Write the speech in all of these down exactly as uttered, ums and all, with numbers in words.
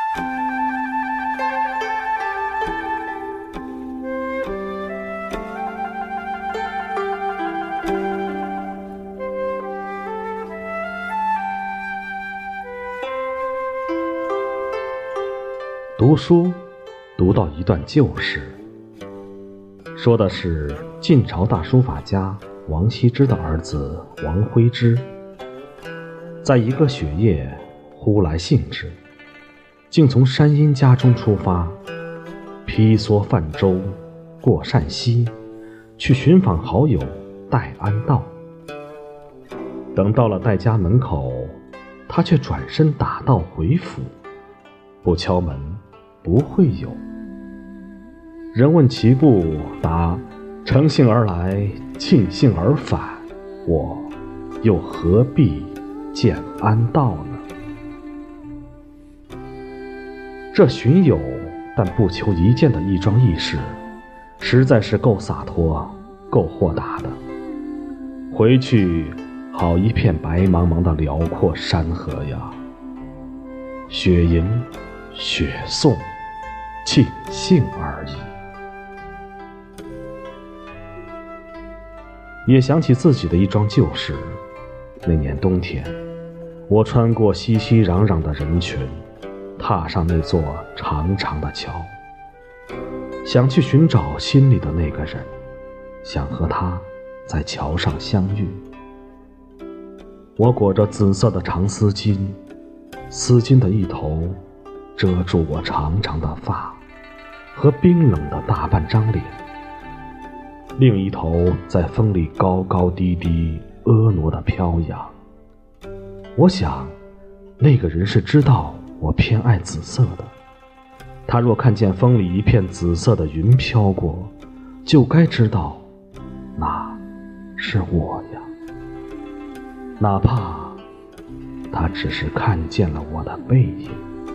读书读到一段旧事，说的是晋朝大书法家王羲之的儿子王徽之，在一个雪夜忽来兴致，竟从山阴家中出发，披蓑泛舟过善溪，去寻访好友戴安道。等到了戴家门口，他却转身打道回府，不敲门，不会有。人问其故，答：乘兴而来，尽兴而返，我又何必见安道呢？这寻友但不求一见的一桩轶事，实在是够洒脱，够豁达的。回去好一片白茫茫的辽阔山河呀，雪迎雪送，尽兴而已。也想起自己的一桩旧事。那年冬天，我穿过熙熙攘攘的人群，踏上那座长长的桥，想去寻找心里的那个人，想和他在桥上相遇。我裹着紫色的长丝巾，丝巾的一头遮住我长长的发和冰冷的大半张脸，另一头在风里高高低低婀娜地飘扬。我想那个人是知道我偏爱紫色的，他若看见风里一片紫色的云飘过，就该知道那是我呀，哪怕他只是看见了我的背影。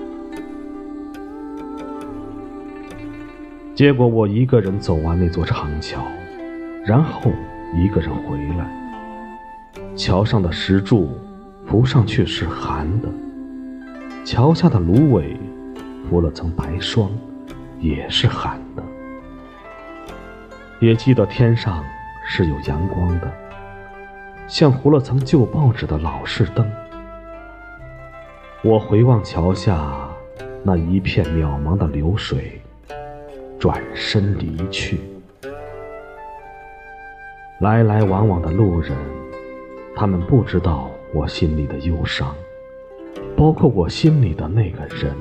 结果我一个人走完那座长桥，然后一个人回来。桥上的石柱浮上去是寒的，桥下的芦苇浮了层白霜，也是寒的。也记得天上是有阳光的，像糊了层旧报纸的老式灯。我回望桥下那一片渺茫的流水，转身离去。来来往往的路人，他们不知道我心里的忧伤，包括我心里的那个人。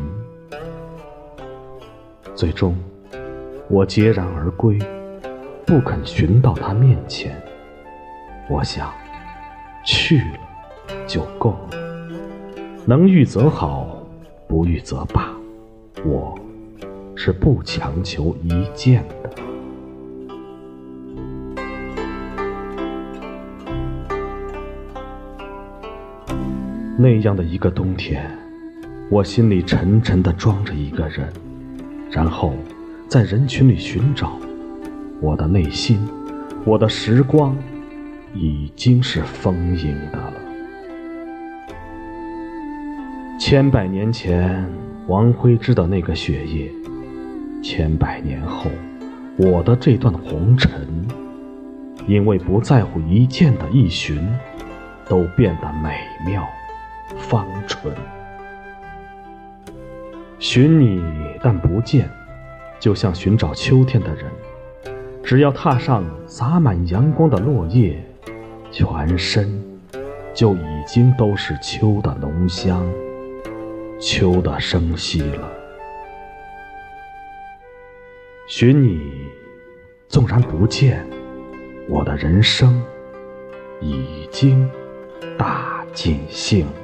最终我孑然而归，不肯寻到他面前。我想去了就够了，能遇则好，不遇则罢，我是不强求一见的。那样的一个冬天，我心里沉沉地装着一个人，然后在人群里寻找。我的内心，我的时光，已经是丰盈的了。千百年前王徽之的那个雪夜，千百年后我的这段红尘，因为不在乎一见的一寻，都变得美妙芳醇。寻你但不见，就像寻找秋天的人，只要踏上洒满阳光的落叶，全身就已经都是秋的浓香，秋的生息了。寻你纵然不见，我的人生已经大尽兴。